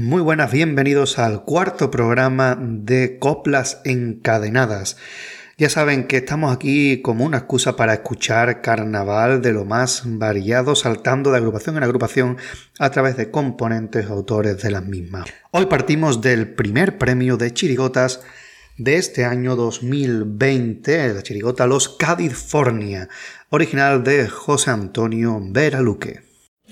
Muy buenas, bienvenidos al cuarto programa de Coplas Encadenadas. Ya saben que estamos aquí como una excusa para escuchar carnaval de lo más variado, saltando de agrupación en agrupación a través de componentes o autores de las mismas. Hoy partimos del primer premio de chirigotas de este año 2020, la chirigota Los California, original de José Antonio Veraluque.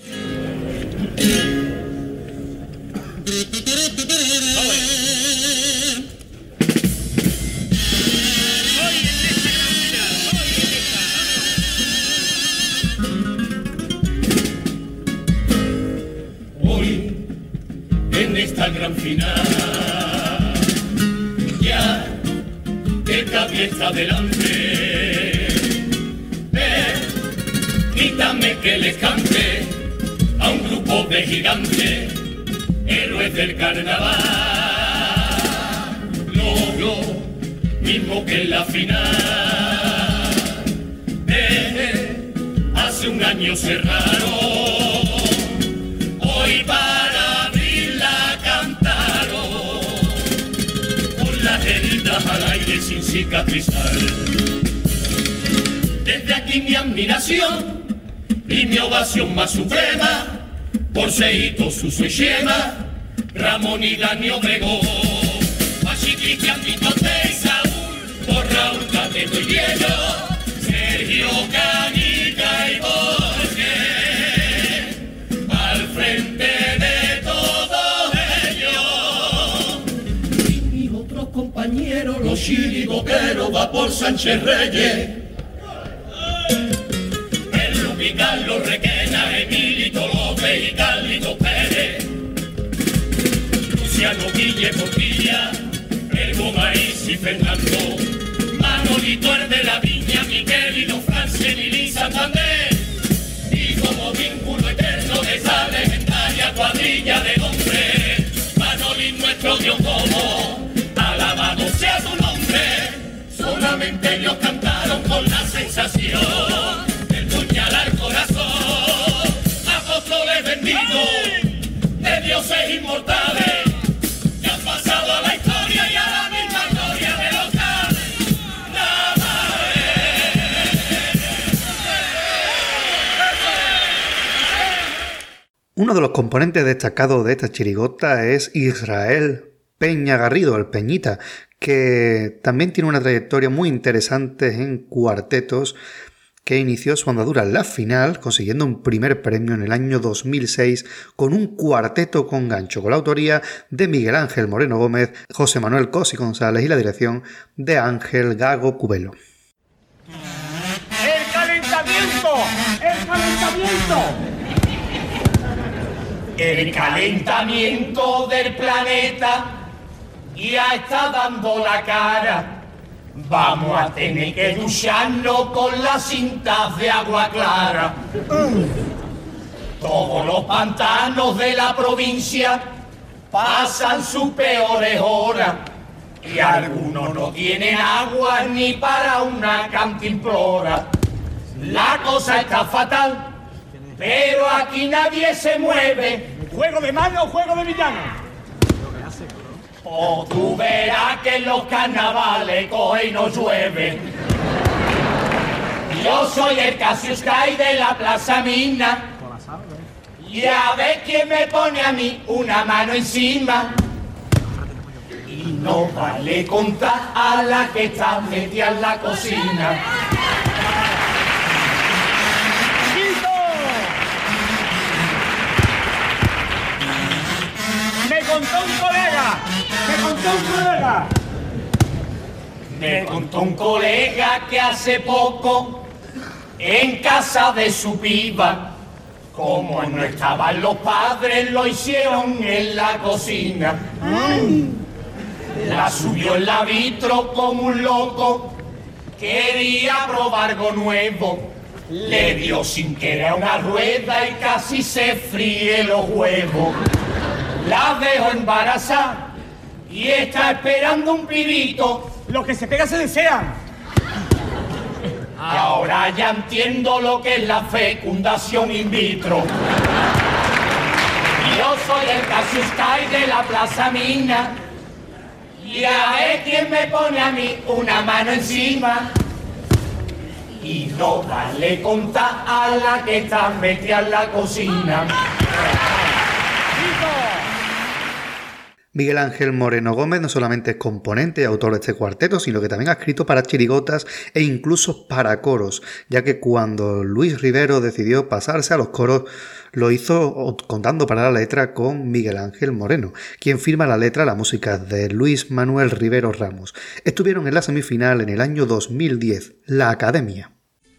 Esta gran final, ya que Cádiz está delante, quítame que les cante a un grupo de gigantes, héroes del carnaval, lo mismo que en la final, hace un año cerraron, hoy para al aire sin cicatrizar. Desde aquí mi admiración y mi ovación más suprema por Seito, Suso y Shema, Ramón y Dani Obregón, Pachi, Cristian, Vitote y Saúl, por Raúl, Cateto y Diego, Sergio, Canica y Borges, al frente de todos ellos. Y mis otros compañeros, los chirigoteros, va por Sánchez Reyes, el Lupi, Carlos Requena, Emilito López y Carlito Pérez, Luciano Guille Portilla, el Gomaíz y Fernando, Manolito el de la Viña, Miguel y los Francen y Lisa Santander, y como vínculo eterno de esa legendaria cuadrilla de hombres, Manolín nuestro Dios como, alabado sea su nombre, solamente ellos cantaron con la sensación del puñal al corazón, apóstoles benditos de dioses inmortales, que han pasado a la historia y a la misma gloria de los Uno de los componentes destacados de esta chirigota es Israel Peña Garrido, el Peñita, que también tiene una trayectoria muy interesante en cuartetos, que inició su andadura en la final consiguiendo un primer premio en el año 2006 con un cuarteto con gancho, con la autoría de Miguel Ángel Moreno Gómez, José Manuel Cosi González y la dirección de Ángel Gago Cubelo. ¡El calentamiento! ¡El calentamiento! El calentamiento del planeta ya está dando la cara. Vamos a tener que ducharnos con las cintas de agua clara. Todos los pantanos de la provincia pasan sus peores horas y algunos no tienen agua ni para una cantimplora. La cosa está fatal, pero aquí nadie se mueve. ¿Juego de mano o juego de villano? O tú verás que en los carnavales coge y no llueve. Yo soy el Cassius Clay de la Plaza Mina. Y a ver quién me pone a mí una mano encima. Y no vale contar a la que está metida en la cocina. Me contó un colega que hace poco en casa de su piba, como no estaban los padres, lo hicieron en la cocina. La subió en la vitro como un loco, quería probar algo nuevo. Le dio sin querer una rueda y casi se fríe los huevos. La dejó embarazada y está esperando un pibito. Los que se pegan se desean. Ahora ya entiendo lo que es la fecundación in vitro. Yo soy el Cassius Clay de la Plaza Mina. Y a ver quién me pone a mí una mano encima. Y no vale contar a la que está metida en la cocina. Miguel Ángel Moreno Gómez no solamente es componente y autor de este cuarteto, sino que también ha escrito para chirigotas e incluso para coros, ya que cuando Luis Rivero decidió pasarse a los coros, lo hizo contando para la letra con Miguel Ángel Moreno, quien firma la letra, la música de Luis Manuel Rivero Ramos. Estuvieron en la semifinal en el año 2010, la Academia.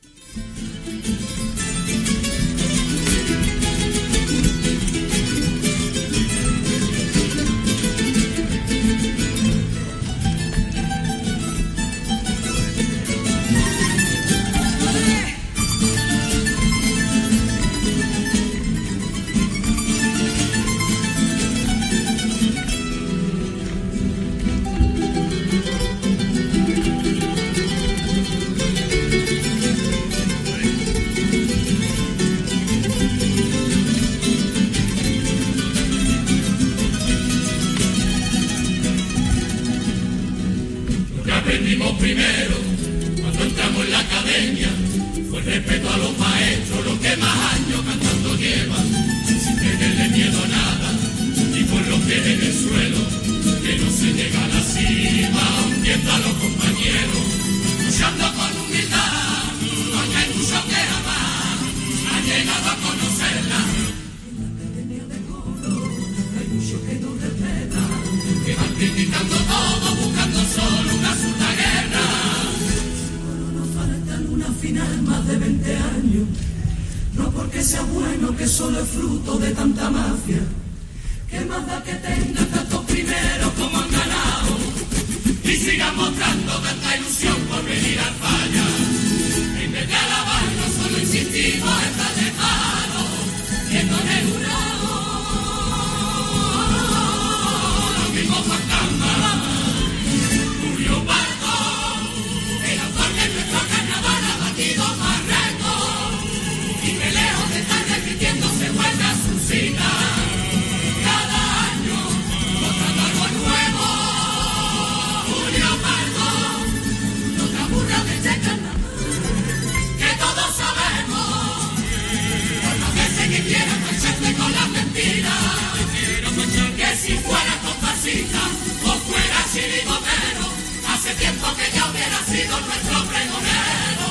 Primero, cuando entramos en la academia, fue el respeto a los maestros, los que más años cantando llevan, sin tenerle miedo a nada, y por los pies en el suelo, que no se llega a la cima, hundiendo a los compañeros, luchando con humildad, porque hay mucho que jamás ha llegado a conocerla. En la academia de coro, hay mucho que no respeta, que van criticando todo, buscando solo una sola guerra. Final más de 20 años, no porque sea bueno, que solo es fruto de tanta mafia. Que más da que tengan tantos primeros como han ganado y sigan mostrando tanta ilusión por venir al falla. En vez de alabarnos solo insistimos en estar lejanos, que con el jurado los mismos fantasmas. Julio Pardo, el autor de nuestro carnaval ha batido más récords, y que lejos de estar repitiendo se vuelve a suscitar. Cada año mostrando algo nuevo. Julio Pardo, no te aburras de este carnaval, que todos sabemos, por lo que sé que quieras marcharte con las mentiras, que si fuera compasita o fuera chirigotero, hace tiempo que ya hubiera sido nuestro pregonero.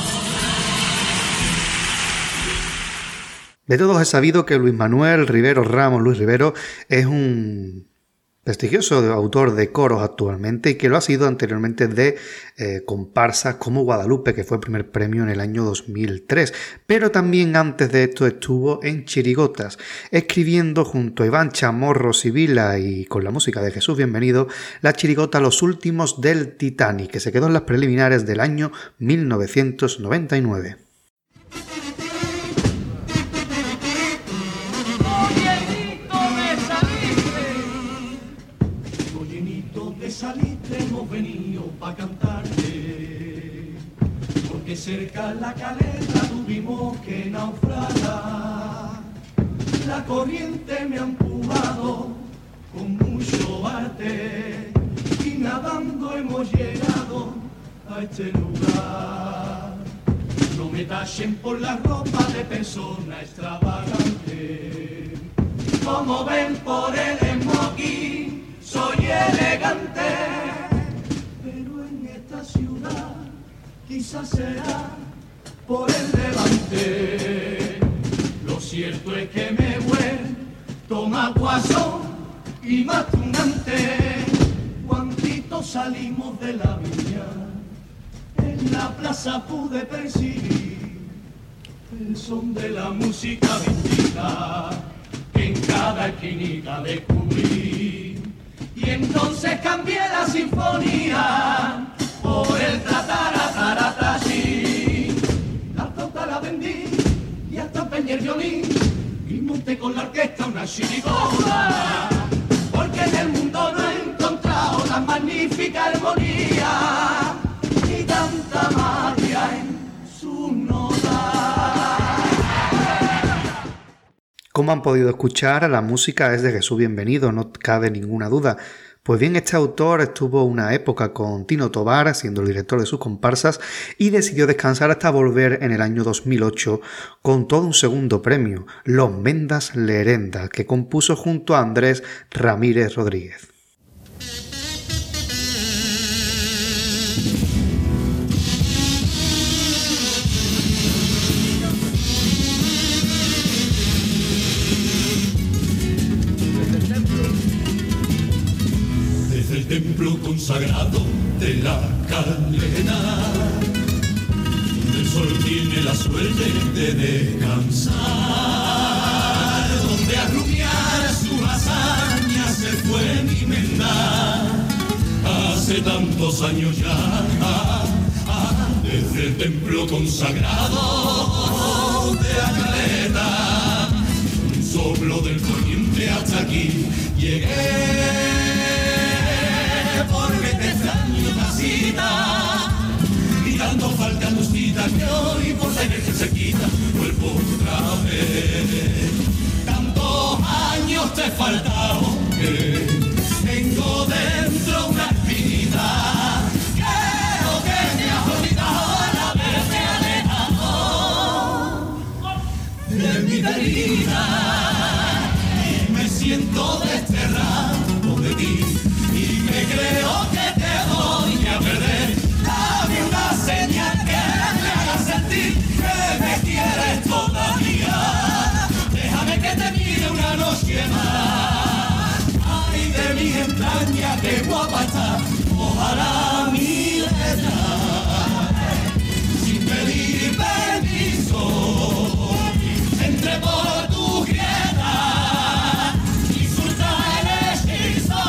De todos es sabido que Luis Manuel Rivero Ramos, Luis Rivero, es un prestigioso autor de coros actualmente y que lo ha sido anteriormente de comparsas como Guadalupe, que fue el primer premio en el año 2003, pero también antes de esto estuvo en chirigotas, escribiendo junto a Iván Chamorro Sibila y con la música de Jesús Bienvenido la chirigota Los Últimos del Titanic, que se quedó en las preliminares del año 1999. Saliste, hemos venido pa' cantarte, porque cerca en la caleta tuvimos que naufragar. La corriente me ha empujado con mucho arte y nadando hemos llegado a este lugar. No me tachen por la ropa de persona extravagante, como ven por el smoking soy elegante, pero en esta ciudad quizás será por el levante. Lo cierto es que me he vuelto más guasón y más tunante. Cuantito salimos de la viña, en la plaza pude percibir el son de la música bendita que en cada esquinita descubrí. Y entonces cambié la sinfonía por el tatarataratashi. La flauta la vendí y hasta empeñé el violín y monté con la orquesta una chirigota, porque en el mundo no he encontrado la magnífica armonía y tanta magia en su nota. Como han podido escuchar, la música es de Jesús Bienvenido, no cabe ninguna duda. Pues bien, este autor estuvo una época con Tino Tobar, siendo el director de sus comparsas, y decidió descansar hasta volver en el año 2008 con todo un segundo premio, Los Mendas Lerenda, que compuso junto a Andrés Ramírez Rodríguez. El templo consagrado de la Calena, donde el sol tiene la suerte de descansar, donde a rumiar su hazaña se fue mi Menda, hace tantos años ya, desde el templo consagrado de la Caleta, un soplo del poniente hasta aquí llegué. Porque te extraño casita, y tanto falta tus citas que hoy por tenerte cerquita vuelvo otra vez. Tantos años te he faltado que tengo dentro una espinita. Creo que te has olvidado al haberte alejado de mi querida, y me siento desterrado de ti. Creo que te voy a perder. Dame una señal que me haga sentir que me quieres todavía. Déjame que te mire una noche más. Ay, de mi entraña, qué guapa está. Ojalá mi letra, sin pedir permiso, entre por tu grieta y surta el hechizo.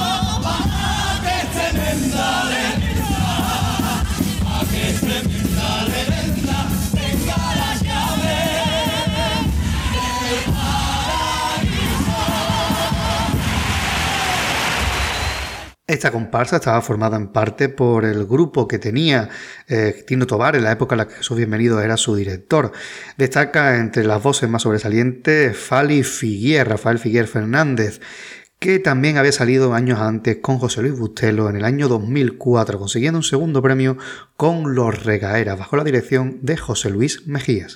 Esta comparsa estaba formada en parte por el grupo que tenía Tino Tobar en la época en la que Jesús Bienvenido era su director. Destaca entre las voces más sobresalientes Rafael Figuier Fernández, que también había salido años antes con José Luis Bustelo en el año 2004, consiguiendo un segundo premio con Los Regaeras, bajo la dirección de José Luis Mejías.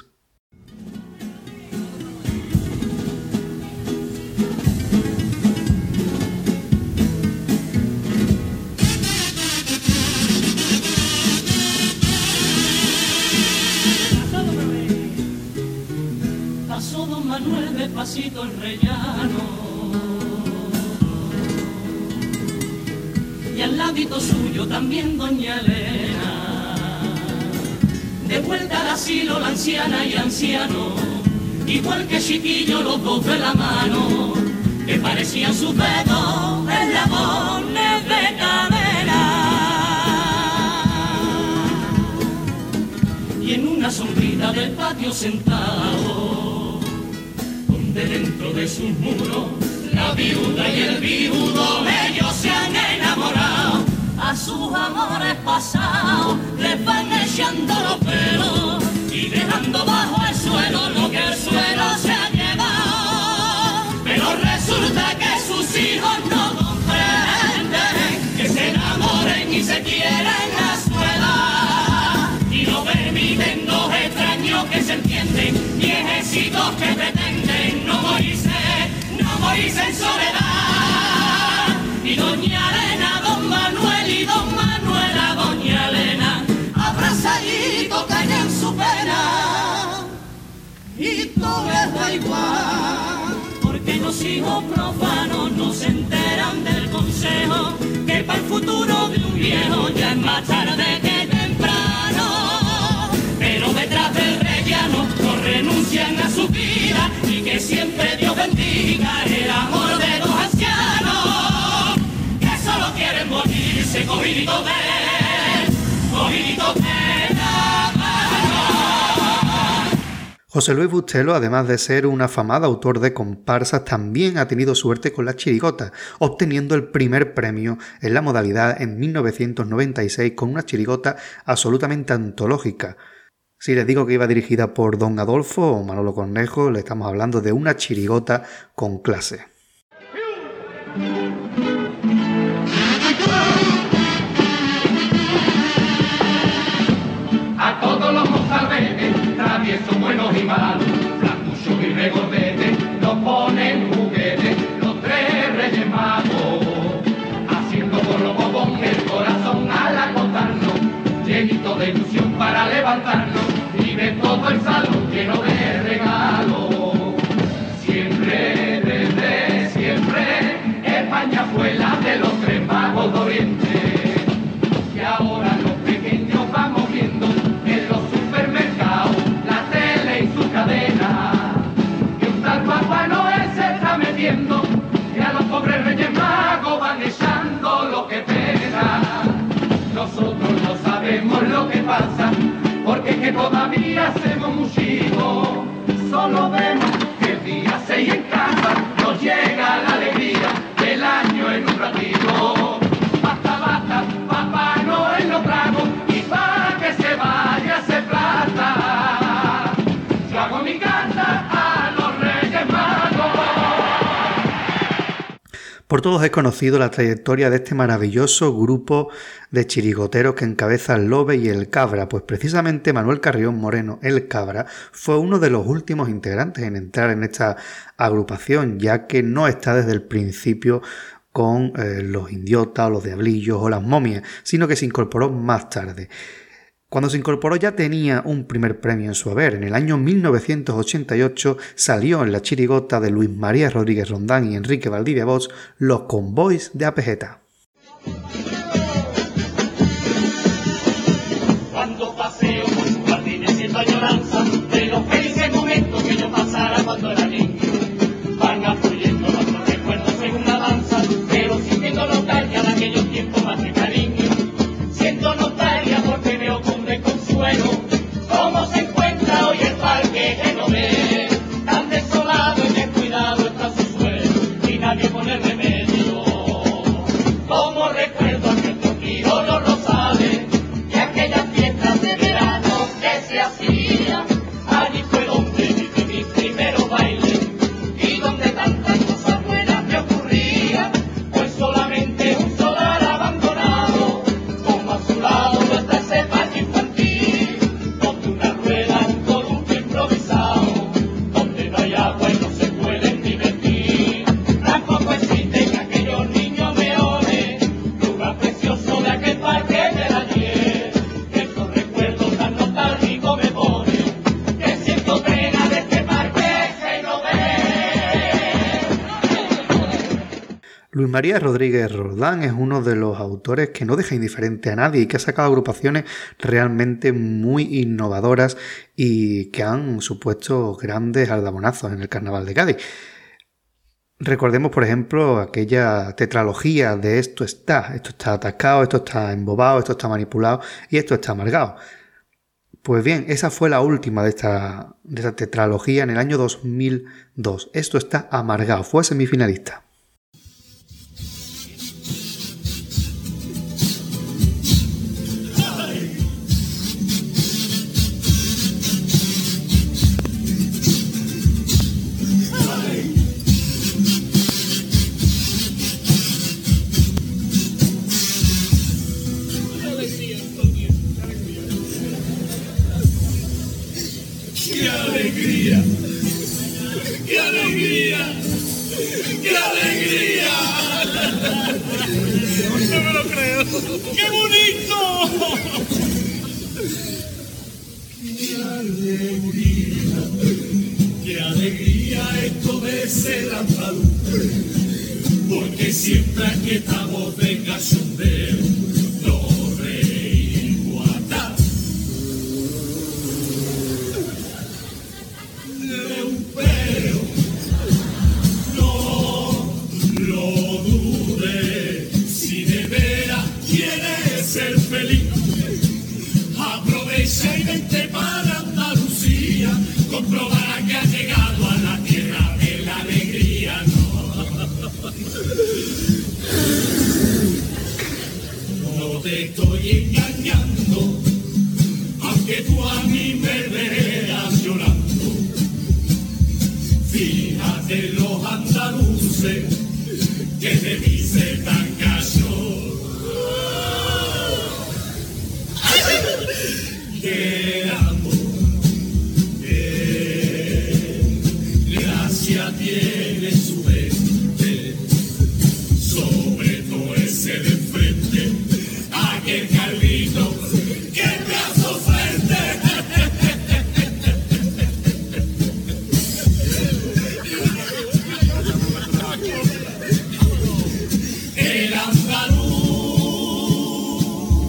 Pasó don Manuel despacito el rellano, y al ladito suyo también doña Elena. De vuelta al asilo la anciana y anciano, igual que chiquillo los dos de la mano, que parecían sus dedos eslabones de cadena. Y en una sombrita del patio sentado, donde dentro de sus muros la viuda y el viudo, ellos se han enamorado. A sus amores pasados les van echando los pelos y dejando bajo el suelo lo que el suelo se ha llevado. Pero resulta que sus hijos no comprenden que se enamoren y se quieren a su edad, y no permiten dos extraños que se entienden, viejecitos que pretenden no morirse en soledad. Y doña Elena, don Manuel, y don Manuel a doña Elena, abrazadito caen en su pena, y todo les da igual, porque los hijos profanos no se enteran del consejo, que para el futuro de un viejo ya es más tarde que temprano. Pero detrás del rellano no renuncian a su vida, y que siempre Dios bendiga el amor de dos ancianos que solo quieren morirse cogiditos de la mano. José Luis Bustelo, además de ser un afamado autor de comparsas, también ha tenido suerte con la chirigota, obteniendo el primer premio en la modalidad en 1996 con una chirigota absolutamente antológica. Si les digo que iba dirigida por Don Adolfo o Manolo Cornejo, le estamos hablando de una chirigota con clase. A todos los mozalbetes, traviesos, buenos y malos, flacuchos y regordetes, nos ponen juguetes los tres Reyes Magos, haciendo por los bobos el corazón al acostarnos, llenito de ilusión para levantarnos y de todo el salón lleno de regalos. Siempre, desde siempre, España fue la de los tres magos de Oriente, y ahora los pequeños vamos viendo en los supermercados, la tele y su cadena, que un tal Papá Noel se está metiendo, y a los pobres Reyes Magos van echando lo que pena. Nosotros no sabemos lo que pasa, porque es que todavía hacemos muchísimo. Solo vemos que el día 6 en casa nos llega la alegría del año en un ratito. Basta, basta, Papá Noel lo trago, y para que se vaya se plata. Yo hago mi carta a los Reyes Magos. Por todos es conocido la trayectoria de este maravilloso grupo de chirigoteros que encabeza el Lobe y el Cabra, pues precisamente Manuel Carrión Moreno, el Cabra, fue uno de los últimos integrantes en entrar en esta agrupación, ya que no está desde el principio con los Indiotas, los Diablillos o las Momias, sino que se incorporó más tarde. Cuando se incorporó ya tenía un primer premio en su haber. En el año 1988 salió en la chirigota de Luis María Rodríguez Rondán y Enrique Valdivia Bosch, Los Convoys de Apejeta. Cuando paseo por sus jardines siento añoranza de los felices momentos que yo pasara cuando era niño. Van afluyendo nuestros recuerdos en una danza, pero sintiendo nostalgia de aquellos tiempos más de cariño. Siento nostalgia porque veo con desconsuelo cómo se encuentra hoy el parque Genovés. Tan desolado y descuidado está su suelo y nadie pone remedio. Como recuerdo aquel Torquío, los Rosales y aquellas fiestas de verano que se hacían. Allí fue donde viví mis primeros bailes y donde tantas cosas buenas me ocurrían. Pues solamente un solar abandonado, como a su lado no está ese parque infantil, donde una rueda, un columpio improvisado, donde no hay agua y no se pueden divertir. Tampoco existen aquellos niños meones, lugar precioso de aquel parque del ayer. Estos recuerdos tan nostálgicos me ponen, que siento pena de este parque que no ve. Luis María Rodríguez Roldán es uno de los autores que no deja indiferente a nadie y que ha sacado agrupaciones realmente muy innovadoras y que han supuesto grandes aldabonazos en el Carnaval de Cádiz. Recordemos, por ejemplo, aquella tetralogía de esto está atascado, esto está embobado, esto está manipulado y esto está amargado. Pues bien, esa fue la última de esta tetralogía en el año 2002. Esto está amargado, fue semifinalista. ¡Qué alegría! ¡Qué alegría! ¡Qué alegría! No me lo creo. ¡Qué bonito! ¡Qué alegría! ¡Qué alegría esto de ser andaluz! Porque siempre aquí estamos de cachondeo, no reímos hasta de un pelo. No lo dudes, si de veras quieres ser feliz, aprovecha y vente para Andalucía, comprobará que has llegado a la tierra de la alegría. No te estoy engañando, aunque tú a mí me veas llorando. Fíjate los andaluces que te dicen tan cacho. Que amor, gracia tiene su gente, sobre todo ese de frente, aquel Carlito que brazo fuerte. El andaluz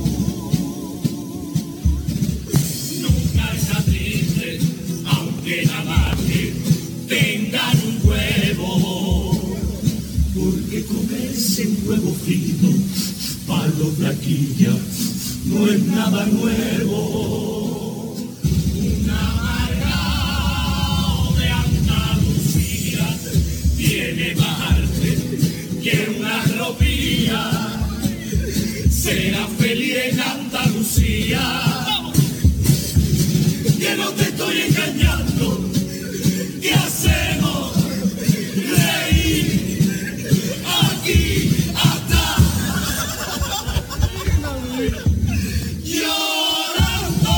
nunca está triste, aunque nada más que tengan un huevo, porque comerse un huevo frito para los flaquillas no es nada nuevo. Un amargado de Andalucía tiene más arte que una ropilla. Será feliz en Andalucía, que no te estoy engañando, que hacemos reír aquí hasta llorando.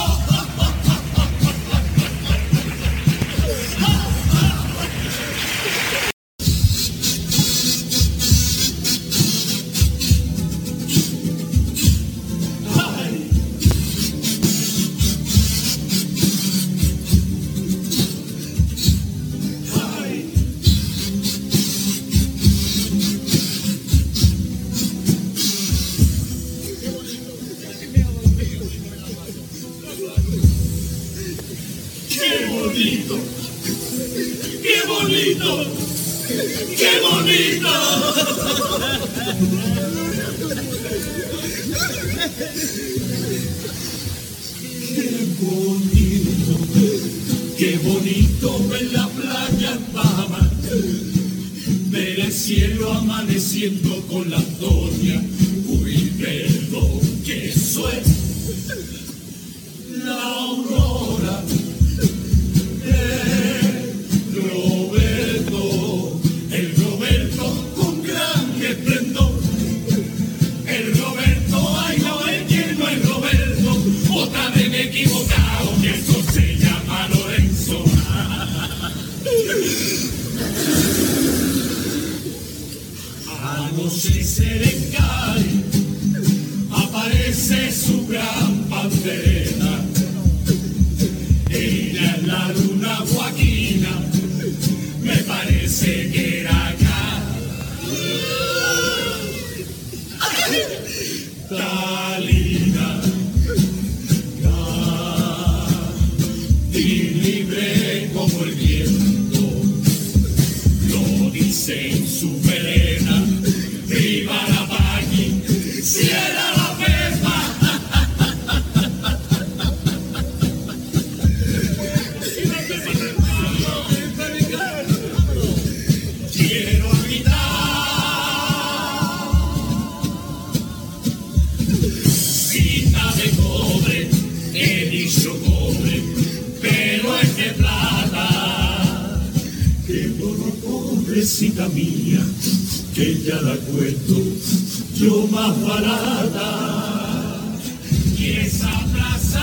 Ay, ay. ¡Qué bonito! ¡Qué bonito! ¡Qué bonito! ¡Qué bonito! ¡Qué bonito ver la playa en Bahamas! Ver el cielo amaneciendo con la Antonia. ¡Uy, perdón, que eso es la aurora! El Roberto con gran esplendor. El Roberto, ay no, es que no es Roberto. Otra vez me he equivocado, que eso se llama Lorenzo. Anochecer en Cali, aparece su gran bandera. Ella es la luna Joaquina, me parece que era acá. Talina, y libre como el viento, lo dice en su verena. Viva la Paqui, si era la Pepa. Quiero gritar, cita de cobre, he dicho cobre, pero es de plata. Que por pobrecita mía, que ya la cuento yo más barata. Y esa plaza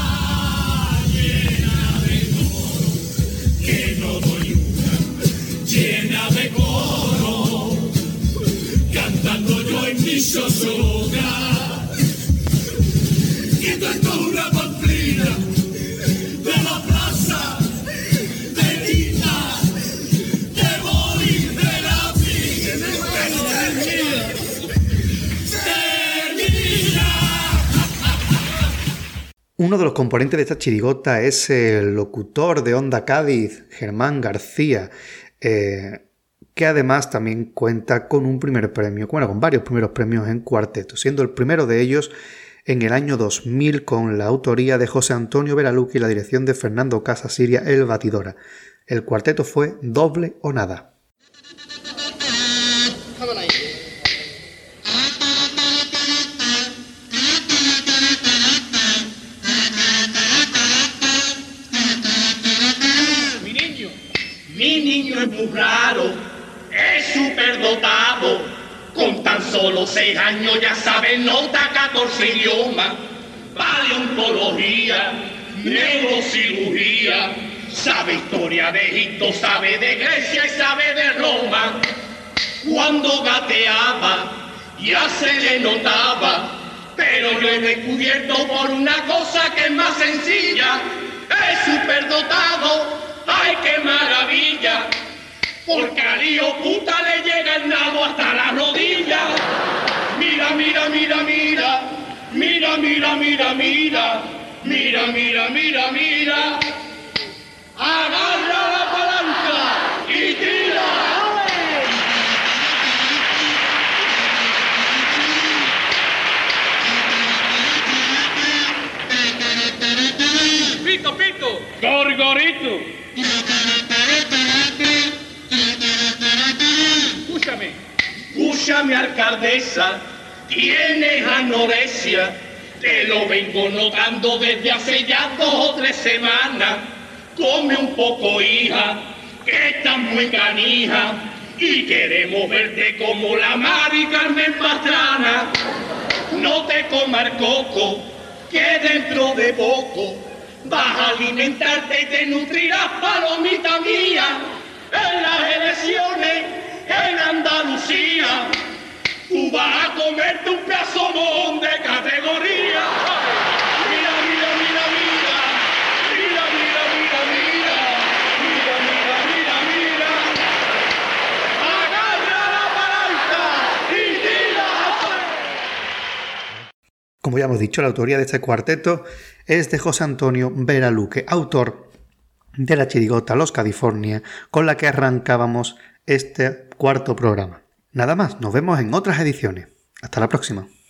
llena de oro, que no doy una, llena de coro, cantando yo en mi chochoga. Y esto es toda una pamplina de la plaza de Lina, de Boris, de la Virgen, de Lina. Uno de los componentes de esta chirigota es el locutor de Onda Cádiz, Germán García, que además también cuenta con un primer premio, bueno, con varios primeros premios en cuarteto, siendo el primero de ellos en el año 2000 con la autoría de José Antonio Veraluque y la dirección de Fernando Casasiria, El Batidora. El cuarteto fue Doble o Nada. es muy raro, es superdotado. Con tan solo 6 años ya sabe nota 14 idiomas. Paleontología, neurocirugía, sabe historia de Egipto, sabe de Grecia y sabe de Roma. Cuando gateaba ya se le notaba, pero lo he descubierto por una cosa que es más sencilla. Es superdotado, ¡ay qué maravilla! Porque al hijo puta le llega el nabo hasta las rodillas. Mira, mira, mira, mira, mira, mira, mira, mira, mira, mira, mira, mira. Agarra la palanca y tira. Pito, pito. Gorgorito. Escúchame, alcaldesa, tienes anorexia, te lo vengo notando desde hace ya 2 o 3 semanas. Come un poco, hija, que estás muy canija, y queremos verte como la Mari Carmen Pastrana. No te comas coco, que dentro de poco vas a alimentarte y te nutrirás, palomita mía, en las elecciones en Andalucía. Tú vas a comerte un pedazón de categoría. Mira, mira, mira, mira, mira, mira, mira, mira, mira, mira, mira, mira. Agarra la palanca y tira. Como ya hemos dicho, la autoría de este cuarteto es de José Antonio Vera Luque, autor de la chirigota Los California, con la que arrancábamos este 4º programa. Nada más, nos vemos en otras ediciones. Hasta la próxima.